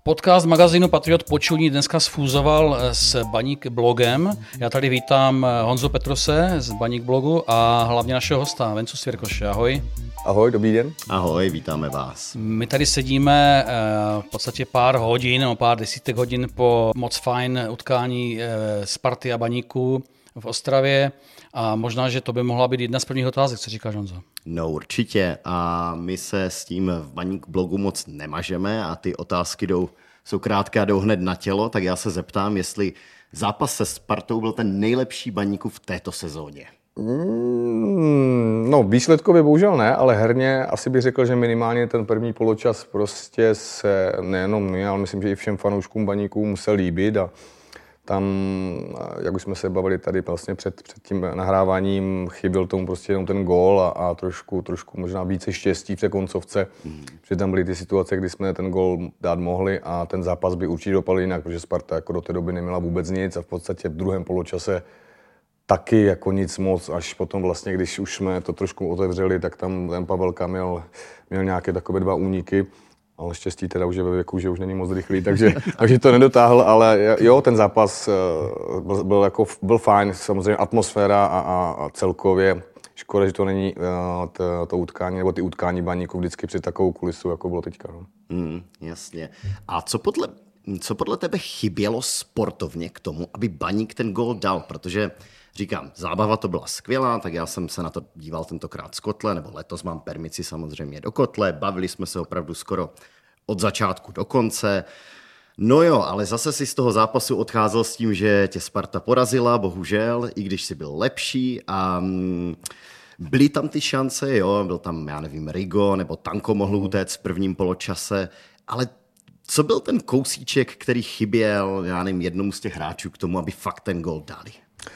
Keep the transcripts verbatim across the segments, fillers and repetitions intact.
Podcast magazínu Patriot Počuní dneska sfúzoval s Baník blogem. Já tady vítám Honzu Petrose z Baník blogu a hlavně našeho hosta Vencu Svěrkoše. Ahoj. Ahoj, dobrý den. Ahoj, vítáme vás. My tady sedíme v podstatě pár hodin, nebo pár desítek hodin po moc fajn utkání Sparty a Baníku v Ostravě a možná, že to by mohla být jedna z prvních otázek. Co říkáš, Honzo? No určitě a my se s tím v Baník blogu moc nemažeme a ty otázky jdou, jsou krátké a jdou hned na tělo, tak já se zeptám, jestli zápas se Spartou byl ten nejlepší Baníku v této sezóně. Mm, no výsledkově bohužel ne, ale herně asi bych řekl, že minimálně ten první poločas prostě se nejenom my, ale myslím, že i všem fanouškům Baníků musel líbit a tam, jak už jsme se bavili tady vlastně před, před tím nahráváním, chyběl tomu prostě jenom ten gól a, a trošku, trošku možná více štěstí v té koncovce, mm. protože tam byly ty situace, kdy jsme ten gól dát mohli a ten zápas by určitě dopadl jinak, protože Sparta jako do té doby neměla vůbec nic a v podstatě v druhém poločase taky jako nic moc, až potom vlastně, když už jsme to trošku otevřeli, tak tam ten Pavelka měl, měl nějaké takové dva úniky. Ale štěstí teda už je ve věku, že už není moc rychlý, takže, takže to nedotáhl, ale jo, ten zápas byl, byl, jako, byl fajn, samozřejmě atmosféra a, a, a celkově škoda, že to není to, to utkání, nebo ty utkání Baníku vždycky při takovou kulisu, jako bylo teďka. No. Mm, jasně. A co podle, co podle tebe chybělo sportovně k tomu, aby Baník ten gól dal, protože říkám, zábava to byla skvělá, tak já jsem se na to díval tentokrát z kotle, nebo letos mám permici samozřejmě do kotle, bavili jsme se opravdu skoro od začátku do konce. No jo, ale zase si z toho zápasu odcházel s tím, že tě Sparta porazila, bohužel, i když jsi byl lepší a mm, byly tam ty šance, jo, byl tam, já nevím, Rigo, nebo Tanko mohl utéct v prvním poločase, ale co byl ten kousíček, který chyběl, já nevím, jednomu z těch hráčů k tomu, aby fakt ten gól dali?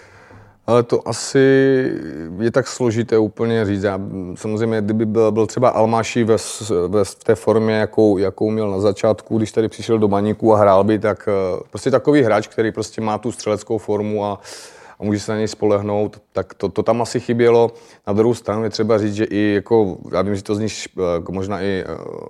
Ale to asi je tak složité úplně říct. Já, samozřejmě, kdyby byl, byl třeba Almáši ve, ve v té formě, jakou, jakou měl na začátku, když tady přišel do Baníku a hrál by, tak prostě takový hráč, který prostě má tu střeleckou formu a, a může se na něj spolehnout, tak to, to tam asi chybělo. Na druhou stranu je třeba říct, že i jako, já vím, že to zní možná i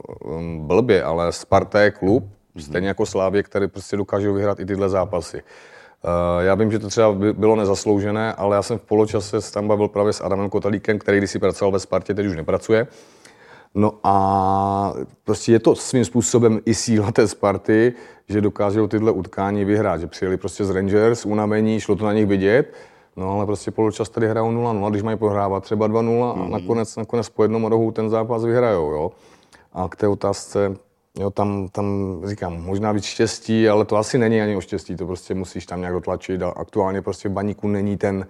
blbě, ale Sparta je klub, mm-hmm. stejně jako Slavie, který prostě dokážou vyhrát i tyhle zápasy. Uh, já vím, že to třeba bylo nezasloužené, ale já jsem v poločase tam bavil právě s Adamem Kotalíkem, který kdysi pracoval ve Spartě, teď už nepracuje. No a prostě je to svým způsobem i síla té Sparty, že dokážou tyhle utkání vyhrát, že přijeli prostě z Rangers, unavení, šlo to na nich vidět, no ale prostě poločas tady hrajou nula nula, když mají prohrávat třeba dva nula a nakonec, nakonec po jednom rohu ten zápas vyhrajou, jo. A k té otázce, jo, tam, tam říkám, možná víc štěstí, ale to asi není ani o štěstí, to prostě musíš tam nějak dotlačit a aktuálně prostě v Baníku není ten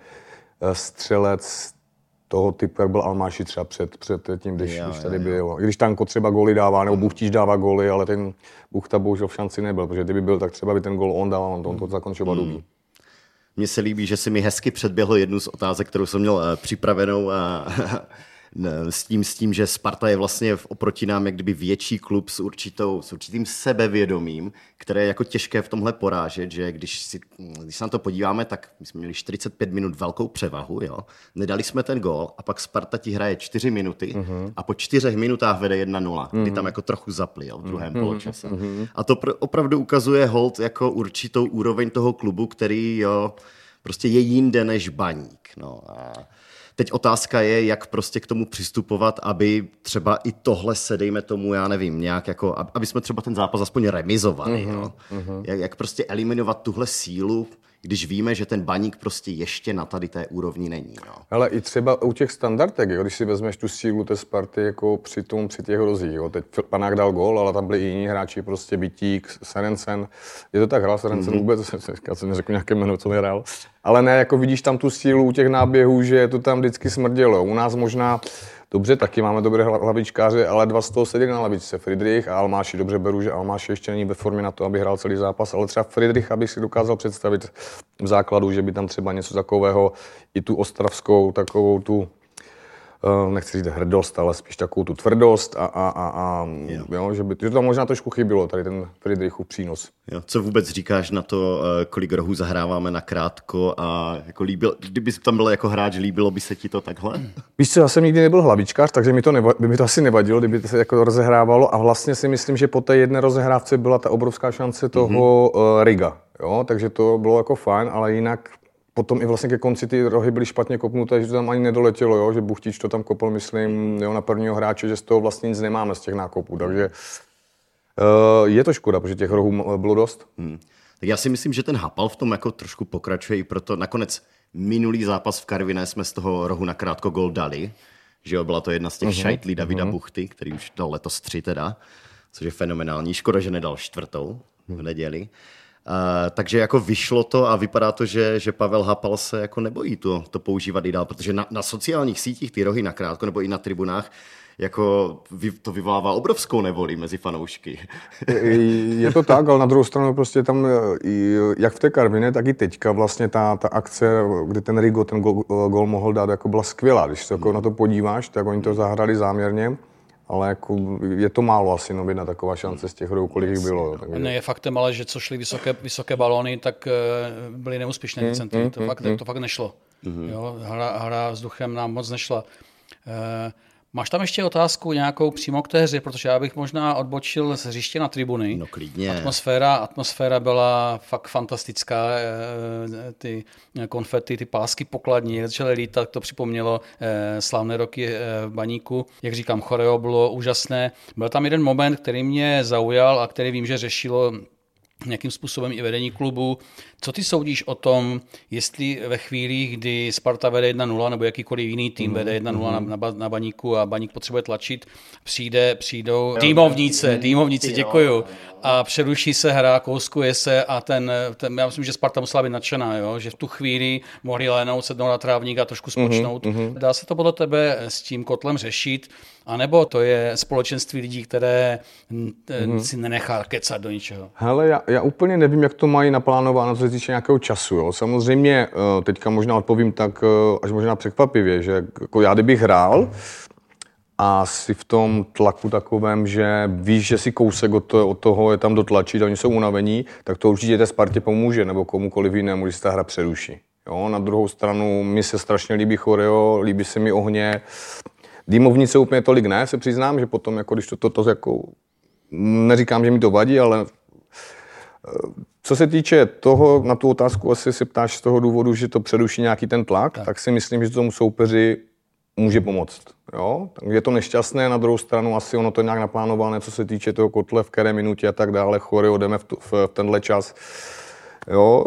střelec toho typu, jak byl Almáši třeba před, před tím, když, jo, když tady jo, byl. Když Tanko třeba góly dává, nebo Buchtíš dává góly, ale ten Buchta bohužel v šanci nebyl, protože kdyby byl, tak třeba by ten gól on dal, on to, on to zakončil Badubí. Mně se líbí, že si mi hezky předběhl jednu z otázek, kterou jsem měl připravenou a S tím, s tím, že Sparta je vlastně oproti nám jak kdyby větší klub s, určitou, s určitým sebevědomím, které je jako těžké v tomhle porážet, že když, si, když se na to podíváme, tak my jsme měli čtyřicet pět minut velkou převahu, jo? Nedali jsme ten gól a pak Sparta ti hraje čtyři minuty uh-huh. a po čtyřech minutách vede jedna nula, uh-huh. kdy tam jako trochu zapli, jo, v druhém uh-huh. poločase. Uh-huh. A to pr- opravdu ukazuje hold jako určitou úroveň toho klubu, který jo, prostě je jinde než Baník. No a teď otázka je, jak prostě k tomu přistupovat, aby třeba i tohle se, dejme tomu, já nevím, nějak jako, aby jsme třeba ten zápas aspoň remizovali. Uh-huh, no. uh-huh. Jak, jak prostě eliminovat tuhle sílu, když víme, že ten Baník prostě ještě na tady té úrovni není. No. Ale i třeba u těch standardek, jo, když si vezmeš tu sílu té Sparty jako při tom, při těch rozích. Jo. Teď Panák dal gól, ale tam byli i jiní hráči, prostě Bytík, Serencen. Je to tak, hrál Serencen mm-hmm. vůbec? Já jsem neřekl nějaké jméno, co hrál. Ale ne, jako vidíš tam tu sílu u těch náběhů, že to tam vždycky smrdělo. U nás možná dobře, taky máme dobré hlavičkáře, ale dva z toho seděli na lavičce. Friedrich a Almáši. Dobře beru, že Almáši ještě není ve formě na to, aby hrál celý zápas, ale třeba Friedrich, abych si dokázal představit v základu, že by tam třeba něco takového, i tu ostravskou, takovou tu nechci říct hrdost, ale spíš takovou tu tvrdost a, a, a, a jo. Jo, že by že to tam možná trošku chybilo, tady ten Friedrichův přínos. Jo, co vůbec říkáš na to, kolik rohů zahráváme na krátko a jako líbil, kdyby tam byl jako hráč, líbilo by se ti to takhle? Víš co, já jsem nikdy nebyl hlavičkář, takže mi to, neva, by mi to asi nevadilo, kdyby to se jako rozehrávalo a vlastně si myslím, že po té jedné rozehrávce byla ta obrovská šance toho mm-hmm. uh, Riga, jo, takže to bylo jako fajn, ale jinak potom i vlastně ke konci ty rohy byly špatně kopnuté, že to tam ani nedoletělo, jo? Že Buchtič to tam kopl, myslím, jo, na prvního hráče, že z toho vlastně nic nemáme z těch nákopů, takže uh, je to škoda, protože těch rohů bylo dost. Hmm. Tak já si myslím, že ten Hapal v tom jako trošku pokračuje i proto nakonec minulý zápas v Karviné jsme z toho rohu na krátko gol dali, že jo, byla to jedna z těch uh-huh. šajtlí Davida uh-huh. Buchty, který už dal letos tři teda, což je fenomenální, škoda, že nedal čtvrtou v neděli. Uh, takže jako vyšlo to a vypadá to, že, že Pavel Hapal se jako nebojí to, to používat i dál, protože na, na sociálních sítích ty rohy nakrátko nebo i na tribunách jako vy, to vyvolává obrovskou nevoli mezi fanoušky. Je to tak, ale na druhou stranu prostě tam, jak v té Karviné, tak i teďka vlastně ta, ta akce, kdy ten Rigo ten gol, gol mohl dát, jako byla skvělá. Když se jako na to podíváš, tak oni to zahrali záměrně. Ale jako je to málo asi, no, jedna taková šance z těch hrou, kolik jich bylo. Takže... Ne, je faktem ale, že co šly vysoké, vysoké balóny, tak uh, byly neúspěšné mm, centry. Mm, to, mm, fakt, mm. to fakt nešlo. Mm. Jo, hra, hra vzduchem nám moc nešla. Uh, máš tam ještě otázku nějakou přímo k té hře, protože já bych možná odbočil z hřiště na tribuny. No klidně. Atmosféra, atmosféra byla fakt fantastická. Ty konfety, ty pásky pokladní, začaly lítat, to připomnělo slavné roky v Baníku. Jak říkám, choreo bylo úžasné. Byl tam jeden moment, který mě zaujal a který vím, že řešilo nějakým způsobem i vedení klubu. Co ty soudíš o tom, jestli ve chvíli, kdy Sparta vede jedna nula nebo jakýkoliv jiný tým mm-hmm. vede jedna nula mm-hmm. na, na Baníku a Baník potřebuje tlačit, přijde, přijdou týmovníci, týmovníci, děkuju, a přeruší se hra, kouskuje se a ten, ten, já myslím, že Sparta musela být nadšená, jo? Že v tu chvíli mohli lénout, sednout na trávník a trošku spočnout. Mm-hmm. Dá se to podle tebe s tím kotlem řešit, anebo to je společenství lidí, které mm-hmm. si nenechá kecat do ničeho? Hele, já, já úplně nevím, jak to mají naplánováno, co se týče nějakého času. Jo. Samozřejmě, teďka možná odpovím tak až možná překvapivě, že jako já kdybych hrál a si v tom tlaku takovém, že víš, že si kousek od, to, od toho je tam dotlačit a oni jsou unavení, tak to určitě té Spartě pomůže, nebo komukoliv jinému, když se ta hra přeruší. Jo. Na druhou stranu, mi se strašně líbí choreo, líbí se mi ohně. Dýmovnice úplně tolik ne, se přiznám, že potom, jako když to, to, to jako, neříkám, že mi to vadí, ale co se týče toho, na tu otázku asi se ptáš z toho důvodu, že to přeruší nějaký ten tlak, tak, tak si myslím, že tomu soupeři může pomoct. Jo? Je to nešťastné, na druhou stranu asi ono to nějak naplánované, co se týče toho kotle, v které minutě a tak dále, choreo, jdeme v, tu, v, v tenhle čas. Jo?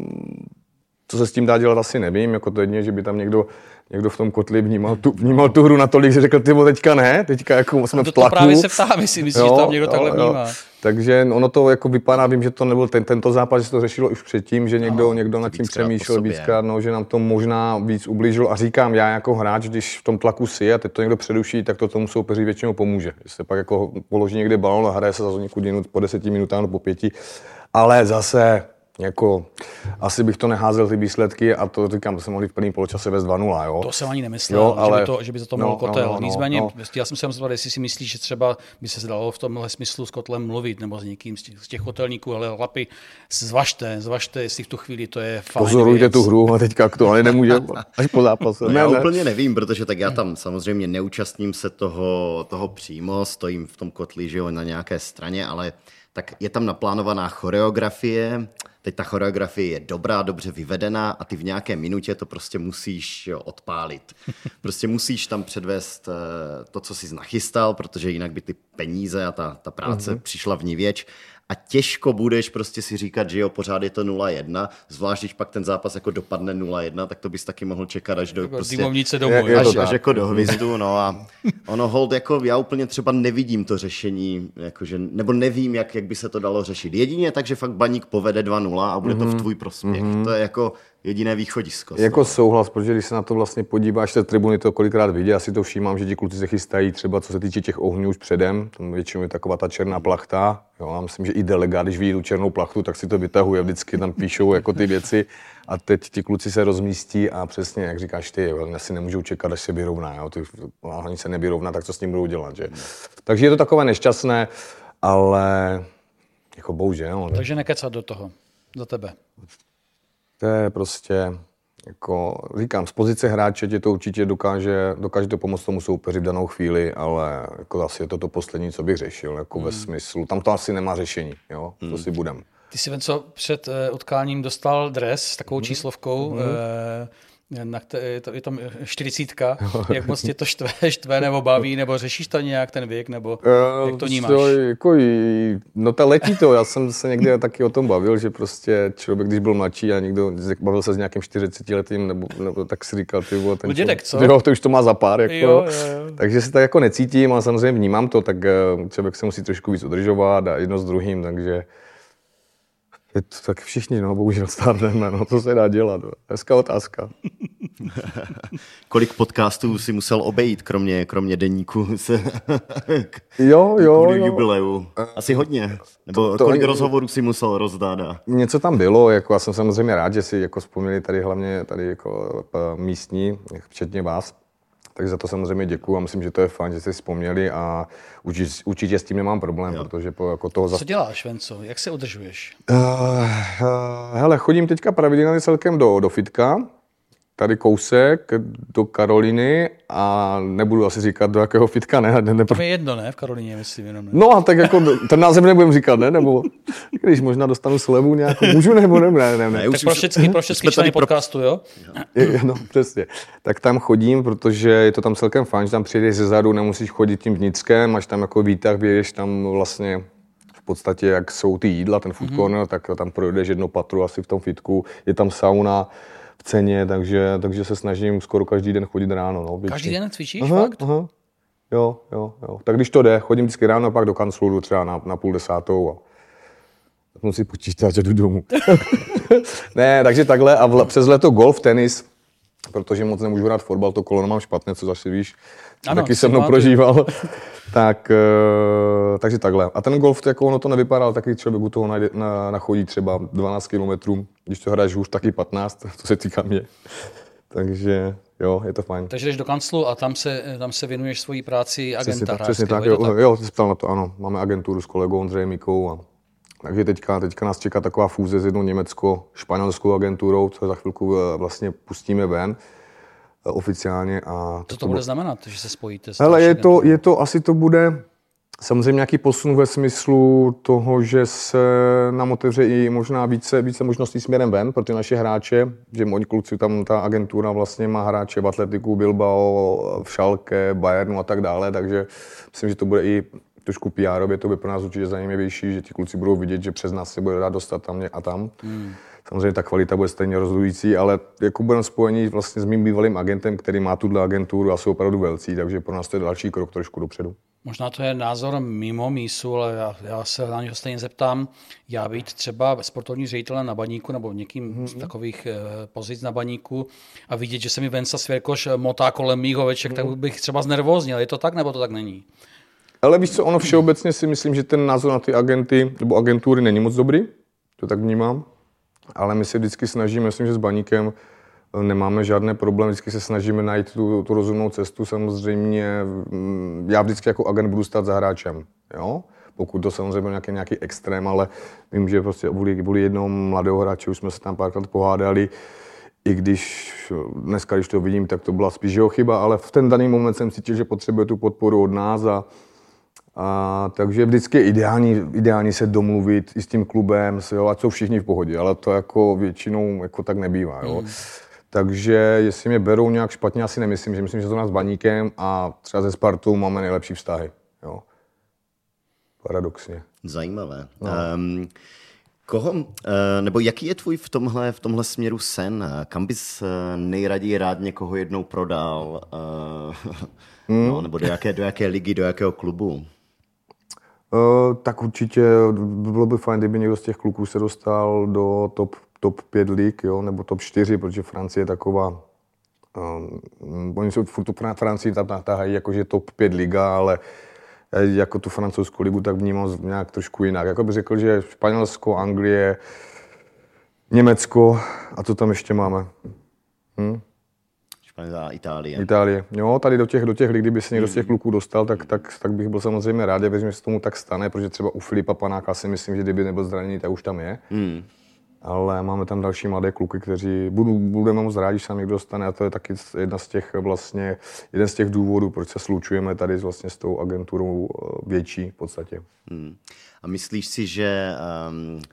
Co se s tím dá dělat, asi nevím, jako to jedině, že by tam někdo Někdo v tom kotli vnímal tu, vnímal tu hru natolik, že řekl, ty teďka ne, teďka jako jsme v tlaku. To právě se ptám, jestli myslíš, že tam někdo jo, takhle vnímá. Jo. Takže ono to jako vypadá, vím, že to nebyl ten, tento zápas, že se to řešilo už předtím, že někdo, no, někdo nad tím přemýšlel víckrát, no, že nám to možná víc ublížilo. A říkám, já jako hráč, když v tom tlaku si a teď to někdo předuší, tak to tomu soupeři většinou pomůže. Že se pak jako položí někde balón a hraje se za někud minut po deseti minutách nebo po pěti. Ale zase jako, asi bych to neházel ty výsledky a to říkám, to jsme mohli v prvním poločase vést dva nula, jo. To jsem ani nemyslel, jo, ale... že, by to, že by za to mohl no, Kotel. No, no, Nicméně, no, no. já jsem se zeptal, jestli si myslíš, že třeba by se dalo v tomhle smyslu s Kotlem mluvit nebo s někým z těch, z těch kotelníků, ale Lapy, zvažte, zvažte, jestli v tu chvíli to je fajn. Pozorujte věc. Tu hru a teďka aktuálně nemůže až po zápase. No, já ne, úplně nevím, protože tak já tam samozřejmě neúčastním se toho, toho přímo, stojím v tom kotli, že jo, na nějaké straně, ale tak je tam naplánovaná choreografie. Teď ta choreografie je dobrá, dobře vyvedená a ty v nějaké minutě to prostě musíš jo, odpálit. Prostě musíš tam předvést to, co jsi nachystal, protože jinak by ty peníze a ta, ta práce mm-hmm. přišla vnivěč. A těžko budeš prostě si říkat, že jo, pořád je to nula jedna, zvlášť když pak ten zápas jako dopadne nula jedna, tak to bys taky mohl čekat až do, prostě, domů, je, je až, až jako do hvizdu, no a ono hold, jako já úplně třeba nevidím to řešení, jakože, nebo nevím, jak, jak by se to dalo řešit. Jedině tak, že fakt Baník povede dva nula a bude mm-hmm. to v tvůj prospěch. Mm-hmm. To je jako jediné východisko. Jako souhlas, protože když se na to vlastně podíváš, té tribuny to kolikrát vidí, já si to všímám, že ti kluci se chystají třeba co se týče těch ohňů už předem, tam většinou je taková ta černá plachta, jo, já myslím, že i delegát, když vidí tu černou plachtu, tak si to vytahuje, vždycky tam píšou jako ty věci a teď ti kluci se rozmístí a přesně, jak říkáš ty, asi nemůžou čekat, až se vyrovná, jo, ty, ani se nevyrovná, tak co s ním budou dělat, že? Takže je to takové nešťastné, ale jako bohužel. Ne? Takže nekecat do toho, do tebe. To je prostě, jako říkám, z pozice hráče tě to určitě dokáže, dokáže to pomoct tomu soupeři v danou chvíli, ale jako asi je to to poslední, co bych řešil, jako hmm. ve smyslu, tam to asi nemá řešení, jo, hmm. to si budem. Ty jsi Venco před uh, utkáním dostal dres s takovou hmm. číslovkou, hmm. Uh, na které, je to, je to čtyřicítka, jak moc tě to štve, štve nebo baví, nebo řešíš to nějak ten věk, nebo uh, jak to vnímáš? To, jako, no ta letí to, já jsem se někdy taky o tom bavil, že prostě člověk, když byl mladší a někdo bavil se s nějakým čtyřicetiletým, nebo, nebo tak si říkal, ty vole, ten no dědek, co? Jo, to už to má za pár, jako, jo, jo, jo. Takže se tak jako necítím, ale samozřejmě vnímám to, tak člověk se musí trošku víc udržovat a jedno s druhým, takže je to tak všichni, no, bohužel stárneme, no, to se dá dělat, no. Hezká otázka. Kolik podcastů si musel obejít, kromě, kromě deníku se jo, jo, jo. jubileu? Asi hodně. Nebo to, to kolik je... rozhovorů si musel rozdát? A... Něco tam bylo, jako já jsem samozřejmě rád, že si jako vzpomněli tady hlavně tady jako místní, včetně vás. Tak za to samozřejmě děkuju a myslím, že to je fajn, že jste si vzpomněli a určitě, určitě s tím nemám problém, jo. Protože po jako toho... Co zas... děláš, Venco? Jak se udržuješ? Uh, uh, hele, chodím teďka pravidelně celkem do, do fitka, tady kousek do Karoliny a nebudu asi říkat, do jakého fitka, ne? ne, ne to je jedno, ne? V Karolině, myslím, jenom ne. No a tak jako ten název nebudem říkat, ne? Nebo když možná dostanu slevu nějakou, můžu nebo ne? Ne, ne, ne. Tak už, pro všechny, pro všechny členy podcastu, jo? Je, no, přesně. Tak tam chodím, protože je to tam celkem fajn, že tam přijedeš ze zadu, nemusíš chodit tím vnitřkem, máš tam jako výtah, vyjedeš tam vlastně v podstatě, jak jsou ty jídla, ten food corner, mm-hmm. tak tam projdeš jedno patru asi v tom fitku, je tam sauna, v ceně, takže, takže se snažím skoro každý den chodit ráno. No, každý den cvičíš, aha, fakt? Aha. Jo, jo, jo. Tak když to jde, chodím vždycky ráno a pak do kanclu třeba na, na půl desátou a tak musím počítat, že jdu domů. Ne, takže takhle a vle, přes léto golf, tenis, protože moc nemůžu hrát fotbal, to koleno mám špatné, co zase víš, ano, taky se mnou prožíval. Tak, uh, takže takhle. A ten golf, jako ono to nevypadá, taky člověk u toho najde, na, nachodí třeba dvanáct kilometrů, když to hraješ hůř, taky patnáct, to se týká mě. Takže jo, je to fajn. Takže jdeš do kanclu a tam se, tam se věnuješ svojí práci agenta. Přesně tak, přesně tak, jo, tak. Jo, jsi ptal na to, ano. Máme agenturu s kolegou Ondřejem Mikou. A, takže teďka, teďka nás čeká taková fúze s jednou německo-španělskou agenturou, co za chvilku vlastně pustíme ven oficiálně. A co to bude znamenat, že se spojíte? Hele, je to, je to, asi to bude samozřejmě nějaký posun ve smyslu toho, že se nám otevře i možná více, více možností směrem ven pro ty naše hráče, že oni kluci, tam ta agentura vlastně má hráče v Atletiku, Bilbao, v Schalke, Bayernu a tak dále, takže myslím, že to bude i trošku P R ově, to by pro nás určitě zajímavější, že ti kluci budou vidět, že přes nás se bude dát dostat tam a tam. Hmm. Samozřejmě ta kvalita bude stejně rozhodující, ale jako budeme spojení vlastně s mým bývalým agentem, který má tuhle agenturu a jsou opravdu velcí, takže pro nás to je další krok trošku dopředu. Možná to je názor mimo mísu, ale já, já se na něho stejně zeptám. Já být třeba sportovní ředitelem na Baníku nebo někým mm-hmm. z takových eh, pozic na Baníku a vidět, že se mi Venca Svěrkoš motá kolem mých oveček, mm-hmm. tak bych třeba znervóznil. Je to tak, nebo to tak není? Ale víš co, ono všeobecně si myslím, že ten názor na ty agenty nebo agentury není moc dobrý, to tak vnímám. Ale my se vždycky snažíme, myslím, že s Baníkem nemáme žádné problémy, vždycky se snažíme najít tu, tu rozumnou cestu. Samozřejmě já vždycky jako agent budu stát za hráčem, jo? Pokud to samozřejmě byl nějaký, nějaký extrém, ale vím, že prostě kvůli, kvůli jednomu mladého hráče už jsme se tam párkrát pohádali, i když dneska, když to vidím, tak to byla spíš jeho chyba, ale v ten daný moment jsem cítil, že potřebuje tu podporu od nás a A, takže vždycky je ideální, ideální se domluvit i s tím klubem, jo, ať jsou všichni v pohodě, ale to jako většinou jako tak nebývá. Jo. Mm. Takže jestli mě berou nějak špatně, asi nemyslím, že myslím, že to nás s Baníkem a třeba ze Spartou máme nejlepší vztahy. Jo. Paradoxně. Zajímavé. No. Um, koho, uh, nebo jaký je tvůj v tomhle, v tomhle směru sen? Kam bys nejraději rád někoho jednou prodal? Uh, mm. no, nebo do jaké, do jaké ligy, do jakého klubu? Uh, tak určitě bylo by fajn, kdyby někdo z těch kluků se dostal do top top pět lig, jo, nebo top čtyři, protože Francie je taková, um, oni jsou furt tu Francii tam natáhají jakože top pět liga, ale jako tu francouzskou ligu tak vnímám nějak trošku jinak. Jako bych řekl, že Španělsko, Anglie, Německo a co tam ještě máme? Hm? Španělská, Itálie. Itálie. Jo, tady do těch, do těch lig, kdyby se někdo z těch kluků dostal, tak, tak, tak bych byl samozřejmě rád, věřím, že se tomu tak stane, protože třeba u Filipa Panáka si myslím, že kdyby nebyl zraněný, tak už tam je. Hmm. Ale máme tam další mladé kluky, kteří budu, budeme moc rádi, že se tam někdo dostane a to je taky jedna z těch vlastně, jeden z těch důvodů, proč se slučujeme tady vlastně s tou agenturou větší v podstatě. Hmm. A myslíš si, že um,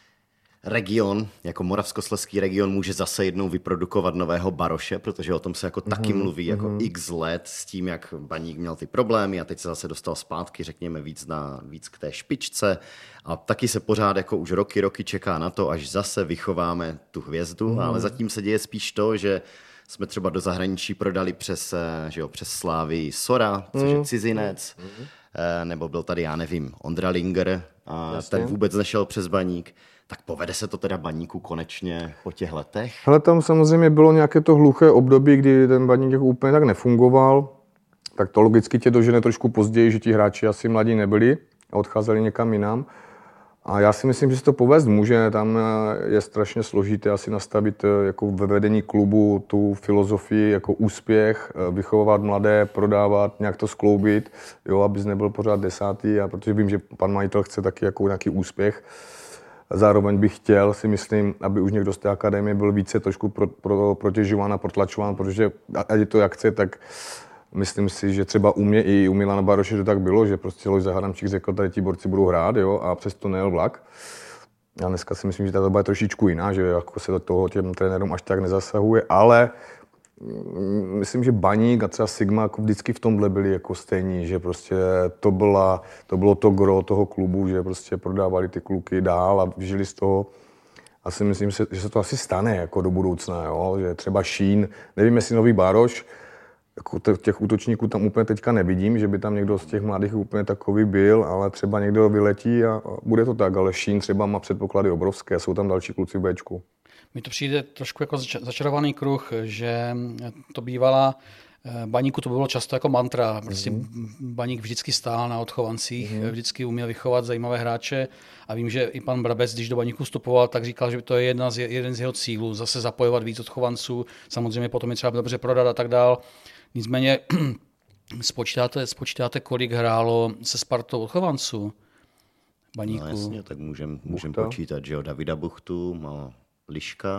region, jako Moravskoslezský region, může zase jednou vyprodukovat nového Baroše, protože o tom se jako mm-hmm. taky mluví jako mm-hmm. x let s tím, jak Baník měl ty problémy a teď se zase dostal zpátky, řekněme, víc, na, víc k té špičce a taky se pořád jako už roky, roky čeká na to, až zase vychováme tu hvězdu, mm-hmm. ale zatím se děje spíš to, že jsme třeba do zahraničí prodali přes, že jo, přes Slávy Sora, což je cizinec, mm-hmm. nebo byl tady, já nevím, Ondra Linger a Jasně. ten vůbec nešel přes Baník. Tak povede se to teda Baníku konečně po těch letech? Ale tam samozřejmě bylo nějaké to hluché období, kdy ten Baník jako úplně tak nefungoval. Tak to logicky tě dožene trošku později, že ti hráči asi mladí nebyli a odcházeli někam jinam. A já si myslím, že se to povést může. Tam je strašně složité asi nastavit jako ve vedení klubu tu filozofii jako úspěch, vychovávat mladé, prodávat, nějak to skloubit, jo, abys nebyl pořád desátý. A protože vím, že pan majitel chce taky jako nějaký úspěch. Zároveň bych chtěl, si myslím, aby už někdo z té akademie byl více trošku pro, pro, protěžován a protlačován, protože ať je to jak chce, tak myslím si, že třeba u mě i u Milana Baroše to tak bylo, že prostě Lojza Hadamčík řekl, tady ti borci budou hrát, jo, a přesto nejel vlak. A dneska si myslím, že ta doba je trošičku jiná, že jako se do toho těm trenérům až tak nezasahuje, ale myslím, že Baník a třeba Sigma jako vždycky v tomhle byli jako stejní, že prostě to, byla, to bylo to gro toho klubu, že prostě prodávali ty kluky dál a žili z toho. A si myslím, že se to asi stane jako do budoucna, jo? Že třeba Šín, nevím, jestli nový Baroš, jako těch útočníků tam úplně teďka nevidím, že by tam někdo z těch mladých úplně takový byl, ale třeba někdo vyletí a bude to tak, ale Šín třeba má předpoklady obrovské, jsou tam další kluci v Bčku. Mi to přijde trošku jako začarovaný kruh, že to bývala, Baníku to bylo často jako mantra. Prostě mm-hmm. Baník vždycky stál na odchovancích, mm-hmm. vždycky uměl vychovat zajímavé hráče a vím, že i pan Brabec, když do Baníku vstupoval, tak říkal, že to je jedna z, jeden z jeho cílů, zase zapojovat víc odchovanců, samozřejmě potom je třeba dobře prodat a tak dál. Nicméně spočítáte, spočítáte, kolik hrálo se Spartou odchovanců Baníku? No jasně, tak můžeme můžem počítat, že jo, Davida Buchtu, má Liška,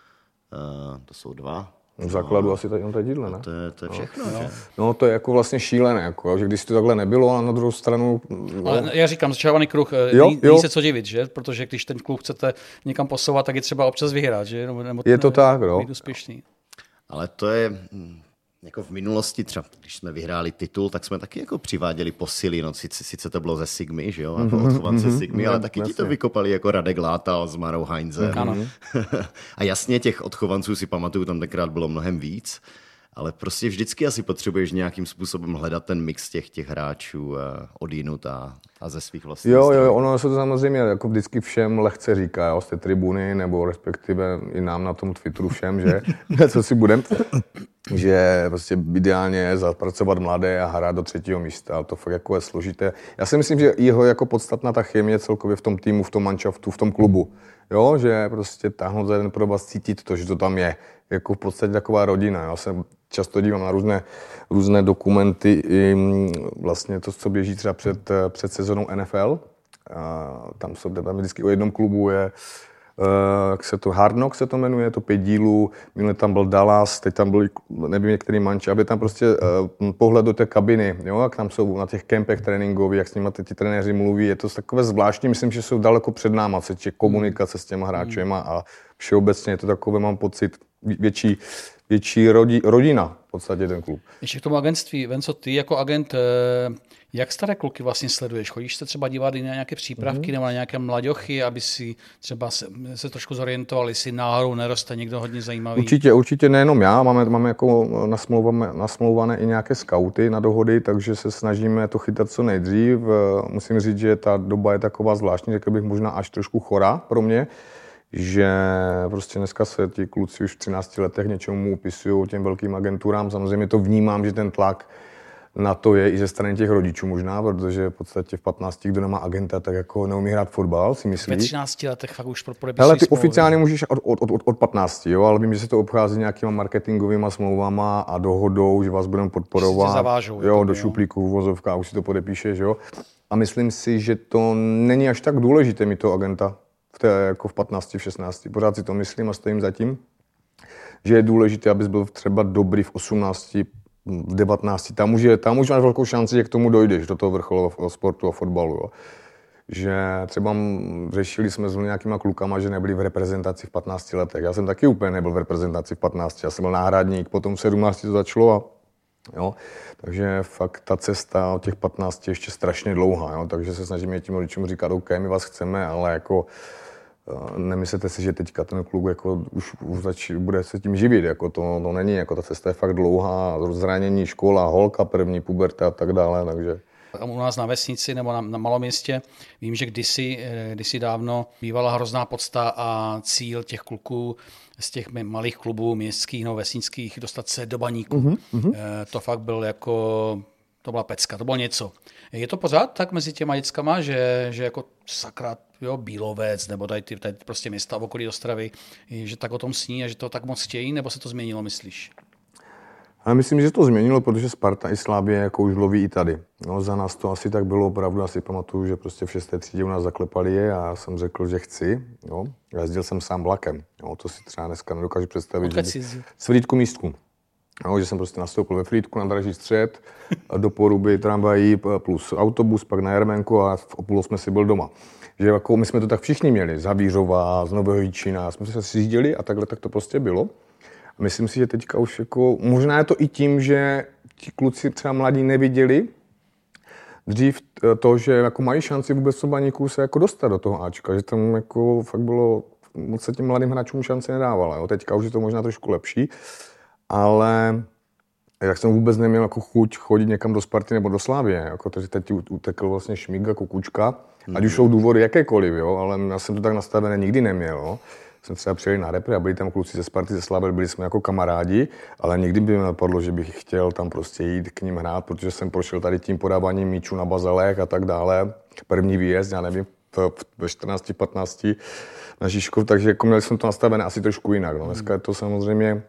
uh, to jsou dva. V základu no, asi tady on dídle, ne? To je, to je všechno, no. že? No to je jako vlastně šílené, jako, že když to takhle nebylo a na druhou stranu... No. Ale já říkám, začarovaný kruh, jo, není jo. se co divit, že? Protože když ten klub chcete někam posouvat, tak je třeba občas vyhrát, že? Nebo, nebo je to ne, tak, no. Být úspěšný. Ale to je... Jako v minulosti, třeba když jsme vyhráli titul, tak jsme taky jako přiváděli posily, no sice, sice to bylo ze Sigmy, že jo, jako mm-hmm, odchovance mm-hmm, Sigmy, mm-hmm, ale taky jasně. Ti to vykopali jako Radek Látal s Marou Heinzem. Mm-hmm. A jasně těch odchovanců si pamatuju, tam tenkrát bylo mnohem víc, ale prostě vždycky asi potřebuješ nějakým způsobem hledat ten mix těch, těch hráčů odjinut a, a ze svých vlastních. Jo, jo, ono se to samozřejmě jako vždycky všem lehce říká, jo, z té tribuny, nebo respektive i nám na tom Twitteru všem, že co si budem, že prostě ideálně je zapracovat mladé a hrát do třetího místa, ale to fakt jako je složité. Já si myslím, že jeho jako podstatná ta chemie celkově v tom týmu, v tom manšaftu, v tom klubu, jo, že prostě táhnout za jeden provaz, cítit to, že to tam je, jako v podstatě taková rodina. Já se často dívám na různé, různé dokumenty i vlastně to, co běží třeba před, před sezónou N F L. A tam jsou tam vždycky o jednom klubu je jak se to, Hard Knocks se to jmenuje, to pět dílů, minule tam byl Dallas, teď tam byl, nevím, některý manč, aby tam prostě uh, pohled do té kabiny, jo, jak tam jsou na těch kempech tréninkových, jak s nimi ti trenéři mluví, je to takové zvláštní, myslím, že jsou daleko před náma, co je komunikace s těma hráčema a všeobecně je to takové, mám pocit, větší, větší rodi, rodina v podstatě ten klub. Ještě k tomu agentství, Venco, ty jako agent, jak staré kluky vlastně sleduješ? Chodíš se třeba dívat i na nějaké přípravky mm-hmm. nebo na nějaké mlaďochy, aby si třeba se, se trošku zorientoval, jestli náhodou neroste někdo hodně zajímavý? Určitě, určitě nejenom já, máme, máme jako nasmlouvané, nasmlouvané i nějaké skauty na dohody, takže se snažíme to chytat co nejdřív. Musím říct, že ta doba je taková zvláštní, řekl bych možná až trošku chorá pro mě, že prostě dneska se ti kluci už v třinácti letech něčemu upisují těm velkým agenturám. Samozřejmě to vnímám, že ten tlak na to je i ze strany těch rodičů možná, protože v podstatě v patnácti, kdo nemá agenta, tak jako neumí hrát fotbal, si myslí. Ve třinácti letech fakt už pro podepisují Hele, ty smlouvy. oficiálně můžeš od, od, od, od patnácti, jo, ale vím, že se to obchází nějakýma marketingovými smlouvama a dohodou, že vás budeme podporovat. Že zavážou, jo, to do jo. šuplíku, v vozovkách, už si to podepíšeš, jo. A myslím si, že to není až tak důležité mít toho agenta v té, jako v patnácti, v šestnácti. Pořád si to myslím a stojím za tím, že je důležité, abys byl třeba dobrý v osmnácti, v devatenácti. Tam už, je, tam už máš velkou šanci, že k tomu dojdeš, do toho vrcholového sportu a fotbalu. Jo. Že třeba řešili jsme s nějakýma klukama, že nebyli v reprezentaci v patnácti letech. Já jsem taky úplně nebyl v reprezentaci v patnácti. Já jsem byl náhradník, potom v sedmnácti to začalo a jo. Takže fakt ta cesta od těch patnácti je ještě strašně dlouhá. Jo. Takže se snažíme tím rodičům říkat, OK, my vás chceme, ale jako nemyslete si, že teďka ten kluk jako už, už zač, bude se tím živit, jako to, to není, jako ta cesta je fakt dlouhá, zranění, škola, holka, první puberta a tak dále, takže... U nás na vesnici nebo na, na maloměstě vím, že kdysi, kdysi dávno bývala hrozná podsta a cíl těch kluků z těch malých klubů městských nebo vesnických dostat se do Baníku. Mm-hmm. To fakt byl jako... To byla pecka, to bylo něco. Je to pořád tak mezi těma dětskama, že, že jako sakra, jo, Bílovec nebo tady, ty, tady prostě města v okolí Ostravy, že tak o tom sní a že to tak moc chtějí, nebo se to změnilo, myslíš? Ale myslím, že se to změnilo, protože Sparta i Slavie jako už loví i tady. No, za nás to asi tak bylo opravdu, já si pamatuju, že prostě v šesté třídě u nás zaklepali je a já jsem řekl, že chci. Jo. Jezdil jsem sám vlakem, jo, to si třeba dneska nedokážu představit. Odkud jsi jezdil? Z Frýdku Místku. No, že jsem prostě nastoupil ve Frýdku na Draží střed, do Poruby, tramvají plus autobus, pak na Jarmenku a v půl jsme si byl doma. Že jako my jsme to tak všichni měli, z Havířova, z Nového Jičína, jsme se sjížděli a takhle tak to prostě bylo. A myslím si, že teďka už jako, možná je to i tím, že ti kluci třeba mladí neviděli dřív to, že jako mají šanci vůbec v Baníku se jako dostat do toho Ačka, že tam jako fakt bylo, moc se těm mladým hráčům šanci nedávala. Jo. Teďka už je to možná trošku lepší. Ale jak jsem vůbec neměl jako chuť chodit někam do Sparty nebo do Slavie, jako takže teď utekl vlastně Šmiga, Kukučka, mm. ať už jsou důvody jakékoliv, jo, ale já jsem to tak nastavené nikdy neměl. Jo. Jsem třeba přijel na repre a byli tam kluci ze Sparty, ze Slavie, byli jsme jako kamarádi, ale nikdy by mi napadlo, že bych chtěl tam prostě jít k ním hrát, protože jsem prošel tady tím podáváním míčů na bazalech a tak dále. První výjezd, já nevím, ve čtrnácti, patnácti na Žižkov, takže jako měl jsem to nastavené asi trošku jinak. No. Dneska je to samozřejmě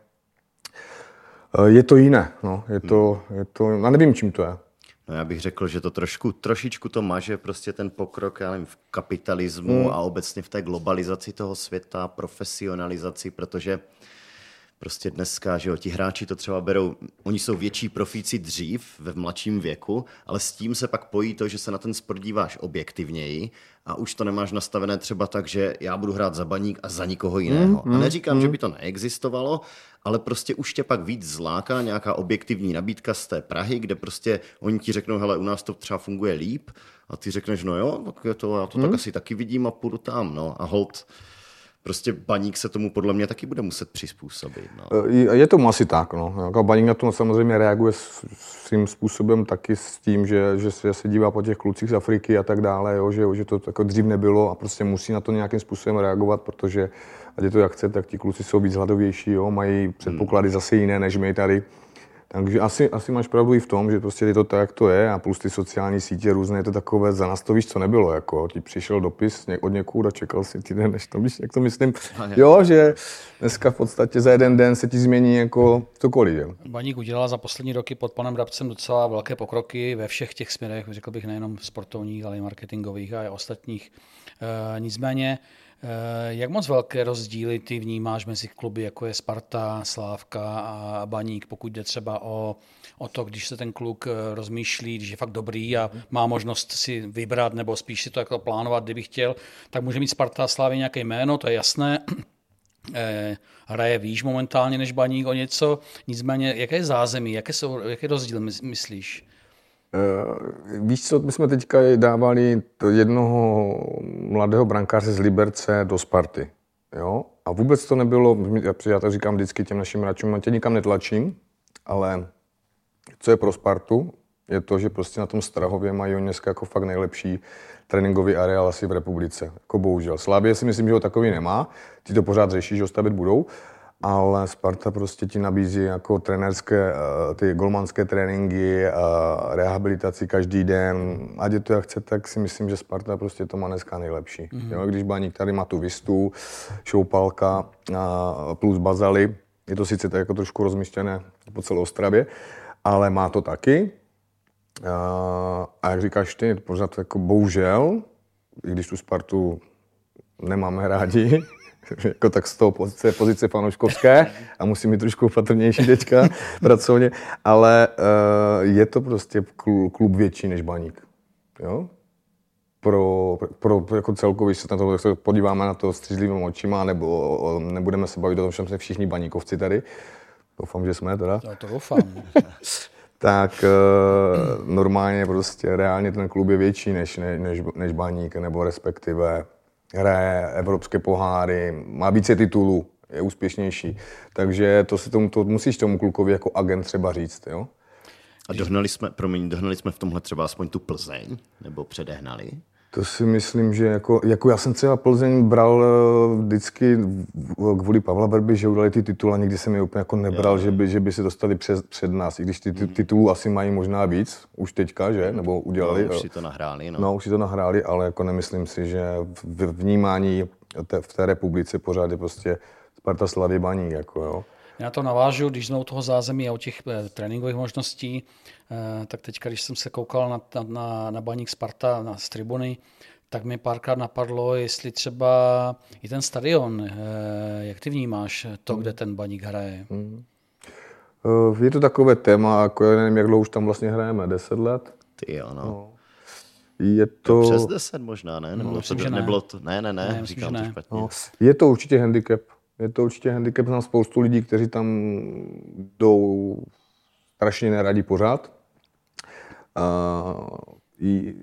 Je to jiné, no. Je to, je to, já nevím, čím to je. No já bych řekl, že to trošku, trošičku to maže prostě ten pokrok, já nevím, v kapitalismu hmm. a obecně v té globalizaci toho světa, profesionalizaci, protože prostě dneska, že jo, ti hráči to třeba berou, oni jsou větší profíci dřív ve mladším věku, ale s tím se pak pojí to, že se na ten sport díváš objektivněji a už to nemáš nastavené třeba tak, že já budu hrát za Baník a za nikoho jiného. Mm, mm, a neříkám, mm. že by to neexistovalo, ale prostě už tě pak víc zláká nějaká objektivní nabídka z té Prahy, kde prostě oni ti řeknou, hele, u nás to třeba funguje líp a ty řekneš, no jo, tak je to, já to mm. tak asi taky vidím a půjdu tam, no a hold. Prostě Baník se tomu podle mě taky bude muset přizpůsobit. No. Je tomu asi tak. No. Jako Baník na to samozřejmě reaguje svým způsobem taky s tím, že, že se, se dívá po těch klucích z Afriky a tak dále, jo, že, že to jako dřív nebylo a prostě musí na to nějakým způsobem reagovat, protože ať je to jak chce, tak ti kluci jsou víc hladovější, jo, mají předpoklady hmm. zase jiné, než my tady. Takže asi, asi máš pravdu i v tom, že prostě je to tak, jak to je a plus ty sociální sítě různé, je to takové, za nás to víš, co nebylo, jako ti přišel dopis od někud a čekal si týden, než to víš, jak to myslím. Jo, že dneska v podstatě za jeden den se ti změní jako cokoliv. Jo. Baník udělal za poslední roky pod panem Brabcem docela velké pokroky ve všech těch směrech, řekl bych nejenom sportovních, ale i marketingových a i ostatních. E, nicméně, jak moc velké rozdíly ty vnímáš mezi kluby, jako je Sparta, Slávka a Baník, pokud jde třeba o, o to, když se ten kluk rozmýšlí, když je fakt dobrý a má možnost si vybrat nebo spíš si to jako plánovat, kdyby chtěl, tak může mít Sparta a Slávy nějaké jméno, to je jasné. Hraje výš momentálně než Baník o něco, nicméně jaké je zázemí, jaké jsou, jaký rozdíl myslíš? Uh, víš co, my jsme teďka dávali jednoho mladého brankáře z Liberce do Sparty, jo? A vůbec to nebylo, já to říkám vždycky těm našim hráčům, tě nikam netlačím, ale co je pro Spartu, je to, že prostě na tom Strahově mají oni dneska jako fakt nejlepší tréninkový areál asi v republice. Jako bohužel. Slavie si myslím, že ho takový nemá. Ti to pořád řeší, že ho stavit budou. Ale Sparta prostě ti nabízí jako trenérské, ty golmanské tréninky, rehabilitaci každý den. Ať je to jak chce, tak si myslím, že Sparta prostě to má dneska nejlepší. Mm-hmm. Jo, když Baník tady má tu Vistu, Šoupalka plus Bazaly, je to sice tak jako trošku rozmístěné po celé Ostravě, ale má to taky. A jak říkáš ty, pořád jako bohužel, i když tu Spartu nemáme rádi, jako tak z toho pozice, pozice fanouškovské a musím být trošku opatrnější teďka pracovně, ale uh, je to prostě klub větší než Baník. Jo? Pro, pro, pro jako celkově se na to, se podíváme na to střízlivým očima, nebo o, nebudeme se bavit o tom, že jsme všichni baníkovci tady. Doufám, že jsme teda. Já to doufám. Tak uh, normálně prostě reálně ten klub je větší než, než, než Baník, nebo respektive hraje evropské poháry, má více titulů, je úspěšnější. Takže to, se tomu, to musíš tomu klukovi jako agent třeba říct, jo? A dohnali jsme, promiň, dohnali jsme v tomhle třeba aspoň tu Plzeň, nebo předehnali? To si myslím, že jako, jako já jsem třeba Plzeň bral vždycky kvůli Pavla Verby, že udali ty tituly a nikdy jsem je úplně jako nebral, že by, že by se dostali před, před nás, i když ty mm. titulů asi mají možná víc, už teďka, že? Nebo udělali. No, už si to nahráli, no. No, už si to nahráli, ale jako nemyslím si, že v vnímání té, v té republice pořád je prostě Sparta, Slavie, Baník, jako jo. Já to navážu, když jsme u toho zázemí a u těch tréninkových možností, tak teďka, když jsem se koukal na, na, na Baník Sparta na z tribuny, tak mi párkrát napadlo, jestli třeba i ten stadion, jak ty vnímáš to, kde ten Baník hraje? Je to takové téma, jako já nevím, jak dlouho už tam vlastně hrajeme, deset let? Ty jo, no. no. Je to... No přes deset možná, ne? Nebylo, no, to, ne. nebylo to, ne, ne, ne, ne říkám ne. to špatně. No. Je to určitě handicap. Je to určitě handicap, znám spoustu lidí, kteří tam jdou strašně neradí pořád. Uh, i,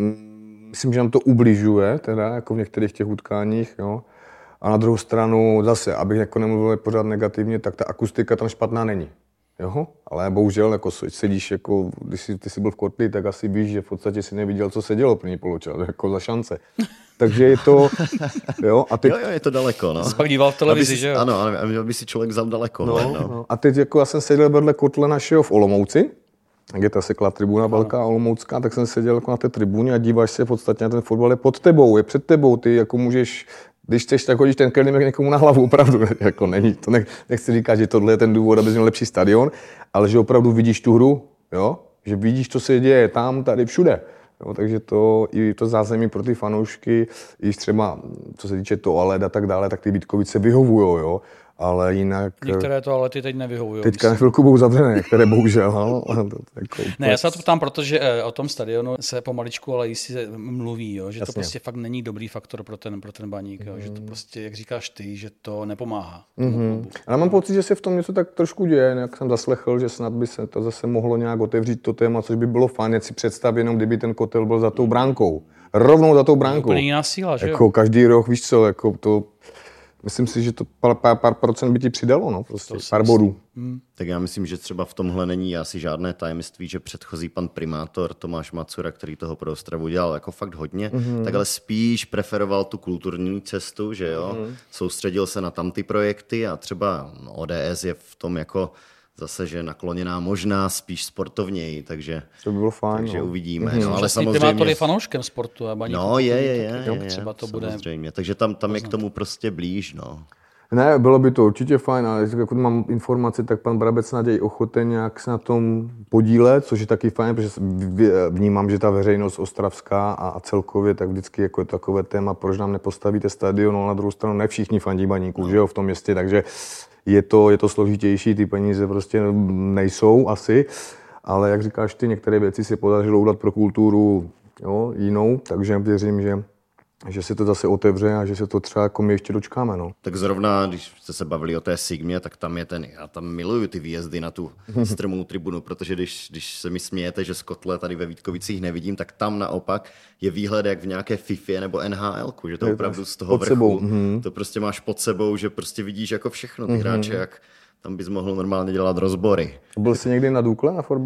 mm, myslím, že nám to ubližuje, teda, jako v některých těch utkáních, jo. A na druhou stranu zase, abych jako nemluvil pořád negativně, tak ta akustika tam špatná není. Jo? Ale bohužel, jako sedíš, jako, když jsi, ty jsi byl v kotli, tak asi víš, že v podstatě si neviděl, co se dělo první poločas, jako za šance. Takže je to, jo, a teď... Jo, jo, je to daleko, no. Jsi pak díval v televizi, aby si, že jo? Ano, aby si člověk vzal daleko. No, ne, no. No. A teď, jako já jsem seděl vedle kotle našeho v Olomouci, jak je ta sekla tribuna velká olomoucká, tak jsem seděl jako na té tribuně a díváš se v podstatě na ten fotbal, je pod tebou, je před tebou, ty jako můžeš... Když chceš, tak hodíš ten kelímek někomu na hlavu, opravdu, jako není, to ne, nechci říkat, že tohle je ten důvod, aby měl lepší stadion, ale že opravdu vidíš tu hru, jo? Že vidíš, co se děje tam, tady, všude. Jo? Takže to, i to zázemí pro ty fanoušky, i třeba, co se týče toalet a tak dále, tak ty Vítkovice vyhovujou, jo? Ale jinak... Některé toalety teď nevyhovují. Teďka na chvilku budou zavřené, které bohužel. No, jako, ne, já se to ptám, protože o tom stadionu se pomaličku, ale jistě mluví, jo, že Jasně. to prostě fakt není dobrý faktor pro ten, pro ten Baník, jo, mm. že to prostě, jak říkáš ty, že to nepomáhá. Mm-hmm. Ale mám pocit, že se v tom něco tak trošku děje, jak jsem zaslechl, že snad by se to zase mohlo nějak otevřít to téma, což by bylo fajn, si představ jenom, kdyby ten kotel byl za tou bránkou. Rovnou za tou bránkou. Úplně jiná síla, že jo? Jako každý rok, víš co, jako to... Myslím si, že to pár, pár, pár procent by ti přidalo, no, prostě, pár bodů. Hmm. Tak já myslím, že třeba v tomhle není asi žádné tajemství, že předchozí pan primátor Tomáš Macura, který toho pro Ostravu dělal jako fakt hodně, mm-hmm. tak ale spíš preferoval tu kulturní cestu, že jo, mm-hmm. soustředil se na tam ty projekty a třeba O D S je v tom jako zase, že nakloněná možná spíš sportovněji, takže, to by bylo fajn, takže no. uvidíme. Mm-hmm. No, ale samozřejmě... Primátor je fanouškem sportu a Baníku. No je, je, je, tak, je, třeba to bude samozřejmě. Takže tam, tam je k tomu prostě blíž, no. Ne, bylo by to určitě fajn, ale pokud mám informaci, tak pan Brabec snad je ochoten nějak se na tom podílet, což je taky fajn, protože vnímám, že ta veřejnost ostravská a celkově tak vždycky jako je takové téma, proč nám nepostavíte stadion, ale na druhou stranu ne všichni fandí Baníku, no. že jo, v tom městě, takže je to, je to složitější, ty peníze prostě nejsou asi, ale jak říkáš ty, některé věci se podařilo udělat pro kulturu jo, jinou, takže věřím, že že se to zase otevře a že se to třeba jako my ještě dočkáme. No. Tak zrovna, když jste se bavili o té Sigmě, tak tam je ten, já tam miluju ty výjezdy na tu strmou tribunu, protože když, když se mi smějete, že z kotle tady ve Vítkovicích nevidím, tak tam naopak je výhled jak v nějaké FIFA nebo N H L ku, že to je opravdu z toho vrchu, mm-hmm. to prostě máš pod sebou, že prostě vidíš jako všechno, ty mm-hmm. hráče, jak tam bys mohl normálně dělat rozbory. Byl jsi někdy na Dukle na fotbale?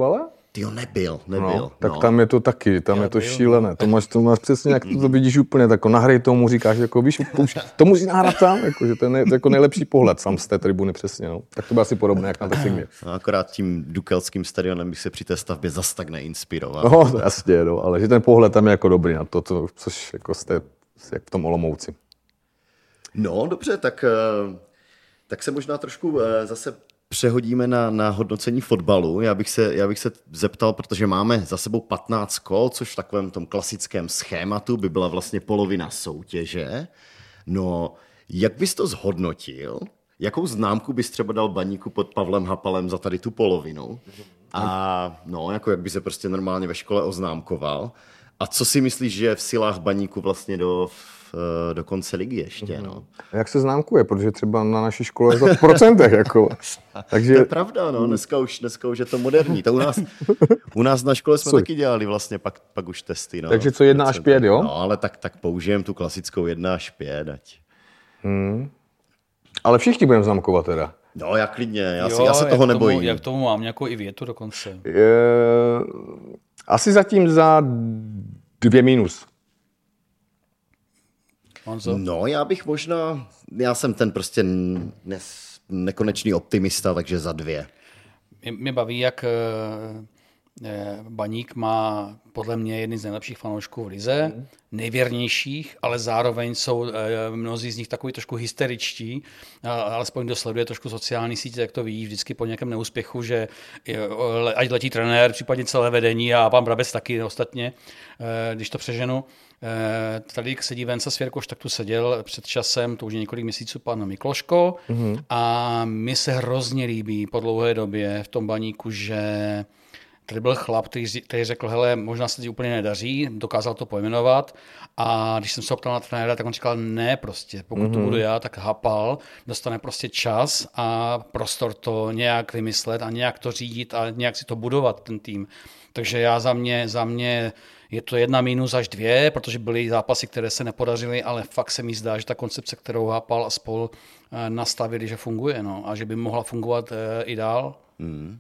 Tyjo, nebyl, nebyl. No, tak no. tam je to taky, tam Já je to byl, šílené. To máš, to máš přesně, jak to vidíš úplně, tak nahraj tomu, říkáš, jako víš, to, už, to musí nahrát sám, jako, že to je, nej, to je jako nejlepší pohled sám z té tribuny, přesně. No. Tak to bylo asi podobné, jak na té sigmě. No, akorát tím dukelským stadionem bych se při té stavbě zas tak neinspiroval. No, to jasně, no, ale že ten pohled tam je jako dobrý na to, to což jako jste, jak v tom Olomouci. No, dobře, tak, tak se možná trošku zase přehodíme na, na hodnocení fotbalu. Já bych, se, já bych se zeptal, protože máme za sebou patnáct kol, což v takovém tom klasickém schématu by byla vlastně polovina soutěže. No, jak bys to zhodnotil? Jakou známku bys třeba dal Baníku pod Pavlem Hapalem za tady tu polovinu? A no, jako jak by se prostě normálně ve škole oznámkoval. A co si myslíš, že je v silách Baníku vlastně do... do konce ligy ještě, no. Jak se známkuje, protože třeba na naší škole je to v procentech, jako. Takže... To je pravda, no, dneska už, dneska už je to moderní. To u nás, u nás na škole jsme Sorry. taky dělali vlastně pak, pak už testy, no. Takže co jedna až pět, jo? No, ale tak, tak použijem tu klasickou jedna až pět, ať. Hmm. Ale všichni budeme známkovat teda. No, já klidně, já, jo, si, já se toho tomu, nebojím. Jak tomu mám nějakou i větu dokonce. Je... Asi zatím za dvě minus. Honzo? No, já bych možná, já jsem ten prostě nes, nekonečný optimista, takže za dvě. Mě, mě baví, jak e, Baník má podle mě jedny z nejlepších fanoušků v lize, mm. nejvěrnějších, ale zároveň jsou e, mnozí z nich takový trošku hysteričtí, a, alespoň kdo sleduje trošku sociální sítě, jak to vidí vždycky po nějakém neúspěchu, že e, ať letí trenér, případně celé vedení a pan Brabec taky ostatně, e, když to přeženu. Tady sedí Venca Svěrkoš, tak tu seděl před časem, to už je několik měsíců, pan Mikloško mm-hmm. a mi se hrozně líbí po dlouhé době v tom Baníku, že tady byl chlap, který, který řekl, hele, možná se ti úplně nedaří, dokázal to pojmenovat a když jsem se optal na trenéra, tak on říkal, ne prostě, pokud mm-hmm. to budu já, tak Hapal dostane prostě čas a prostor to nějak vymyslet a nějak to řídit a nějak si to budovat, ten tým. Takže já za mě, za mě je to jedna minus až dvě, protože byly zápasy, které se nepodařily, ale fakt se mi zdá, že ta koncepce, kterou Hapal a spol nastavili, že funguje, no, a že by mohla fungovat i dál. Mm.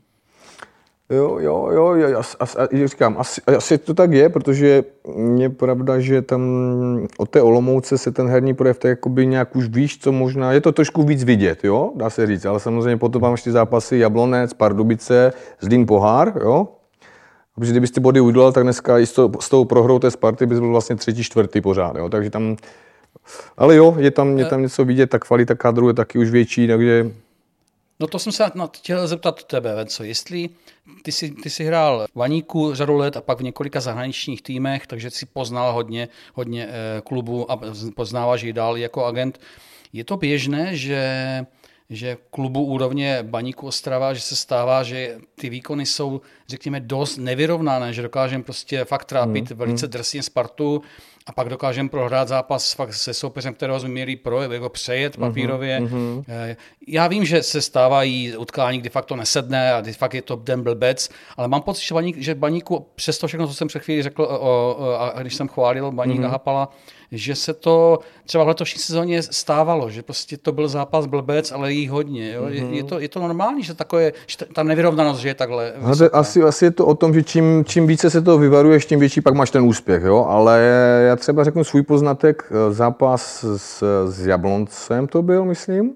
Jo, jo, jo, já, já říkám, asi, asi to tak je, protože je pravda, že tam od té Olomouce se ten herní projev tak jakoby nějak už víš, co možná, je to trošku víc vidět, jo, dá se říct, ale samozřejmě potom mám ještě zápasy Jablonec, Pardubice, Zlín Pohár, jo, protože kdybys ty body udělal, tak dneska i s tou, s tou prohrou té Sparty bys byl vlastně třetí, čtvrtý pořád, jo, takže tam, ale jo, je tam, je tam něco vidět, ta kvalita kadru je taky už větší, takže... No to jsem se chtěl zeptat tebe, Venco, jestli ty jsi, ty jsi hrál v Baníku řadu let a pak v několika zahraničních týmech, takže jsi poznal hodně, hodně eh, klubů a poznáváš ji dál jako agent. Je to běžné, že, že klubu úrovně Baníku Ostrava, že se stává, že ty výkony jsou, řekněme, dost nevyrovnané, že dokážeme prostě fakt trápit mm, velice mm. drsně Spartu a pak dokážeme prohrát zápas fakt se soupeřem, kterého jsme měli pro, jako přejet papírově. Mm-hmm. Já vím, že se stávají utkání, kdy fakt to nesedne a kdy fakt je to den blbec, ale mám pocit, že, Baník, že Baníku, přes to všechno, co jsem před chvíli řekl, o, o, a když jsem chválil Baníka mm-hmm. Hapala, že se to třeba v letošní sezóně stávalo, že prostě to byl zápas blbec, ale jí hodně. Jo? Mm-hmm. Je, je, to, je to normální, že, takové, že ta nevyrovnanost, že je takhle asi, asi je to o tom, že čím, čím více se toho vyvaruješ, tím větší pak máš ten úspěch. Jo? Ale já třeba řeknu svůj poznatek, zápas s, s Jabloncem to byl, myslím.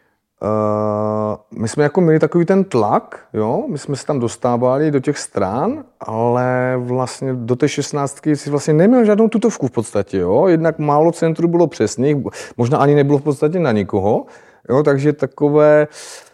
Uh, my jsme jako měli takový ten tlak, jo? My jsme se tam dostávali do těch stran, ale vlastně do té šestnáctky si vlastně neměl žádnou tutovku v podstatě, jo? Jednak málo centru bylo přesných, možná ani nebylo v podstatě na nikoho, jo? Takže takové...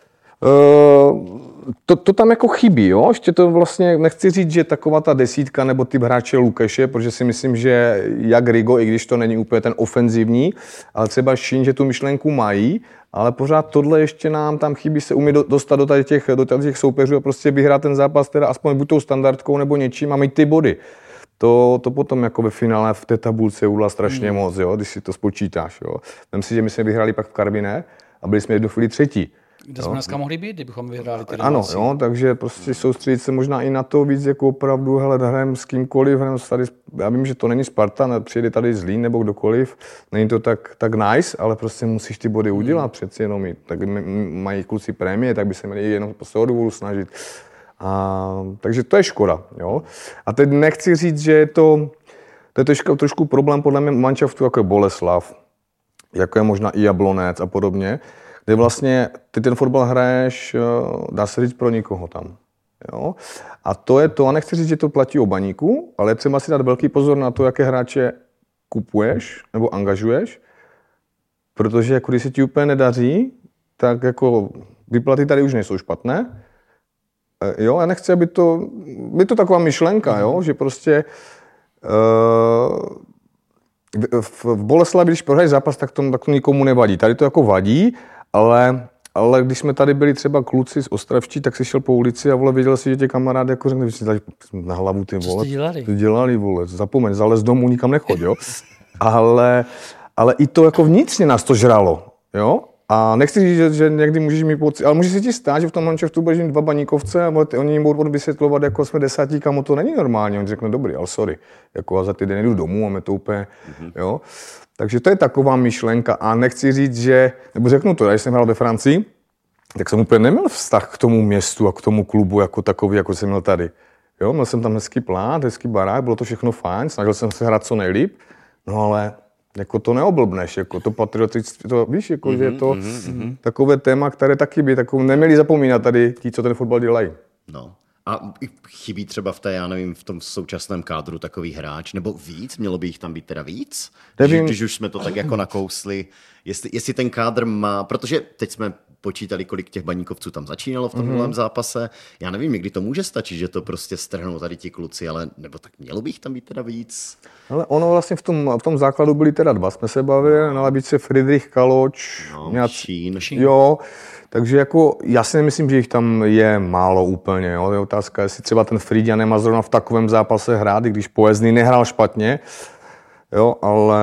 Uh, to, to tam jako chybí, jo? Ještě to vlastně, nechci říct, že taková ta desítka nebo typ hráče Lukeše, protože si myslím, že jak Rigo, i když to není úplně ten ofenzivní, ale třeba Šín, že tu myšlenku mají, ale pořád tohle ještě nám tam chybí se umět dostat do tady těch, do tady těch soupeřů a prostě vyhrát ten zápas teda aspoň buď tou standardkou nebo něčím a mít ty body. To, to potom jako ve finále v té tabulce udělá strašně mm. moc, jo? Když si to spočítáš. Jo? Vem si, že my jsme vyhráli pak v Karviné a byli jsme jednu chvíli třetí. Kde jsme dneska mohli být, kdybychom vyhráli ty Ano, jo, takže prostě soustředit se možná i na to víc jako opravdu, hele, hrajeme s kýmkoliv, hrajeme tady, já vím, že to není Sparta, přijde tady Zlín nebo kdokoliv, není to tak, tak nice, ale prostě musíš ty body udělat hmm. přeci jenom mít, tak mají kluci prémie, tak by se měli jenom z toho důvodu snažit. A, takže to je škoda. Jo? A teď nechci říct, že je to, to je trošku, trošku problém podle mě manšaftu, jako je Boleslav, jako je možná i Jablonec a podobně, kde vlastně ty ten fotbal hraješ, dá se říct, pro nikoho tam. Jo? A to je to, a nechci říct, že to platí o Baníku, ale je třeba si dát velký pozor na to, jaké hráče kupuješ nebo angažuješ, protože jako když se ti úplně nedaří, tak jako výplaty tady už nejsou špatné. Jo, já nechci, aby to, je to taková myšlenka, jo, že prostě uh, v, v Boleslavi, když prohraješ zápas, tak to, tak to nikomu nevadí. Tady to jako vadí, ale, ale když jsme tady byli třeba kluci z Ostravští, tak si šel po ulici a vole, viděl si, že tě kamarád jako řekne, že si dali na hlavu ty vole. Co jste dělali? Ty dělali, vole, zapomeň, zalez domů, nikam nechoď, jo. ale, ale i to jako vnitřně nás to žralo, jo. A nechci říct, že, že někdy můžeš mít pocit, ale může se ti stát, že v tom manšaftu budeš mít dva baníkovce a oni jim budou vysvětlovat, jako jsme desátí, kamo to není normální. On řekne, dobrý, ale sorry, jako a za týden jdu domů a mě to úplně, mm-hmm. jo. Takže to je taková myšlenka a nechci říct, že, nebo řeknu to, když jsem hrál ve Francii, tak jsem úplně neměl vztah k tomu městu a k tomu klubu jako takový, jako jsem měl tady. Jo, měl jsem tam hezký plát, hezký barák, bylo to všechno fajn, snažil jsem se hrát co nejlíp, no ale jako to neoblbneš, jako to patriotictví, to víš, jako, mm-hmm, že je to mm-hmm. takové téma, které taky by takovou neměli zapomínat tady ti, co ten fotbal dělají. No. A chybí třeba v té, já nevím, v tom současném kádru takový hráč, nebo víc? Mělo by jich tam být teda víc? Když, když už jsme to tak jako nakousli, jestli, jestli ten kádr má, protože teď jsme počítali, kolik těch baníkovců tam začínalo v tom minulém mm-hmm. zápase. Já nevím, někdy to může stačit, že to prostě strhnou tady ti kluci, ale nebo tak mělo by jich tam být teda víc? Ale ono vlastně v tom, v tom základu byli teda dva, jsme se bavili, na labici Friedrich Kaloč, no, nějak, Šín. Jo, takže jako já si nemyslím, že jich tam je málo úplně, jo. Je otázka, jestli třeba ten Frýďa nemá zrovna v takovém zápase hrát, i když Pojezdný nehrál špatně, jo, ale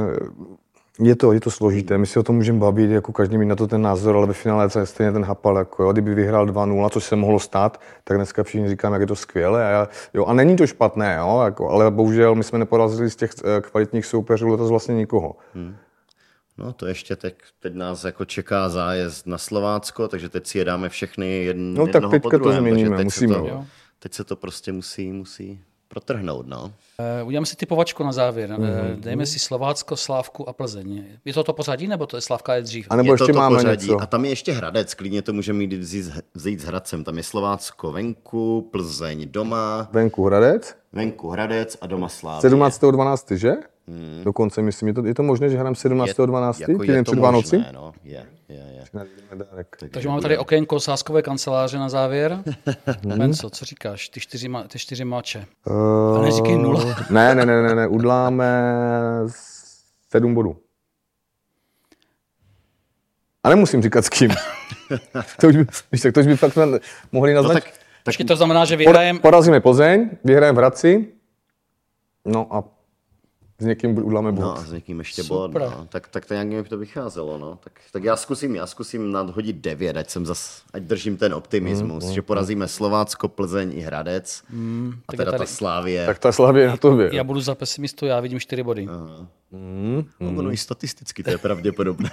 je to, je to složité, my si o tom můžeme bavit, jako každý mít na to ten názor, ale ve finále je stejně ten Hapal, jako jo, kdyby vyhrál dva nula, což se mohlo stát, tak dneska všichni říkáme, jak je to skvělé, a, já, jo, a není to špatné, jo, jako, ale bohužel my jsme neporazili z těch kvalitních soupeřů letos vlastně nikoho. Hmm. No to ještě teď, teď nás jako čeká zájezd na Slovácko, takže teď si jedáme všechny jedn, no, jednoho tak po druhém, to změníme, teď musíme. Se to, teď se to prostě musí, musí protrhnout, no. Uh, uděláme si typovačku na závěr. Mm-hmm. Dejme si Slovácko, Slávku a Plzeň. Je to to pořadí, nebo to je Slávka je dřív? A nebo je ještě to máme pořadí. něco. A tam je ještě Hradec, klidně to můžeme jít vzít, vzít s Hradcem. Tam je Slovácko venku, Plzeň doma. Venku Hradec. Venku Hradec a doma Slávě. sedmnáctého dvanáctého že? Hmm. Dokonce myslím, je to, je to možné, že hrám sedmnáctého dvanáctého Jako týden před Vánoci? No. Je, je, je. Tak Takže máme tady okénko sáskové kanceláře na závěr. Venco, co říkáš? Ty čtyři, ma, ty čtyři mače. Uh, Ale neříkej nula. ne, ne, ne, ne, ne, udláme sedm bodů. A nemusím říkat s kým. to už by, víš, tak to už by fakt mohli naznačit. No, tak, tak to znamená, že vyhrajeme... Porazíme Plzeň, vyhrajeme v Hradci. No a s někým uděláme bod. No a s někým ještě bod, no. Tak, tak to nějak mi to vycházelo, no. Tak, tak já zkusím, já zkusím nadhodit devět, ať jsem zas, ať držím ten optimismus, mm, že porazíme Slovácko, Plzeň i Hradec mm, a teda tady, ta Slávie. Tak ta Slávie na tobě. Já budu za pesimistu, já vidím čtyři body. Aha. Mm, no, no i statisticky to je pravděpodobné.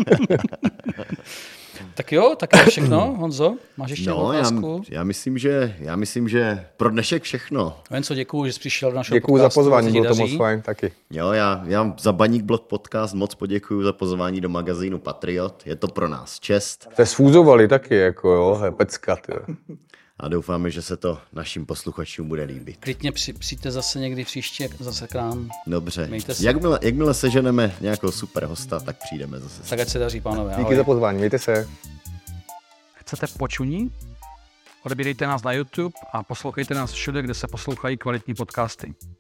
Tak jo, tak je všechno, Honzo, máš ještě no, otázku? Já, já, myslím, že, já myslím, že pro dnešek všechno. Venco, děkuju, že jsi přišel do našeho děkuju podcastu. Děkuju za pozvání, bylo to moc fajn taky. Jo, já, já za Baník Blog podcast moc poděkuju za pozvání do magazínu Patriot, je to pro nás čest. Jste sfúzovali taky, jako jo, peckat, jo. A doufáme, že se to našim posluchačům bude líbit. Klidně při, přijďte zase někdy příště, zase k nám. Dobře. Jakmile, jakmile seženeme nějakého super hosta, tak přijdeme zase. Tak ať se daří, pánové. Díky ahoj. Za pozvání, mějte se. Chcete počuní? Odebírejte nás na YouTube a poslouchejte nás všude, kde se poslouchají kvalitní podcasty.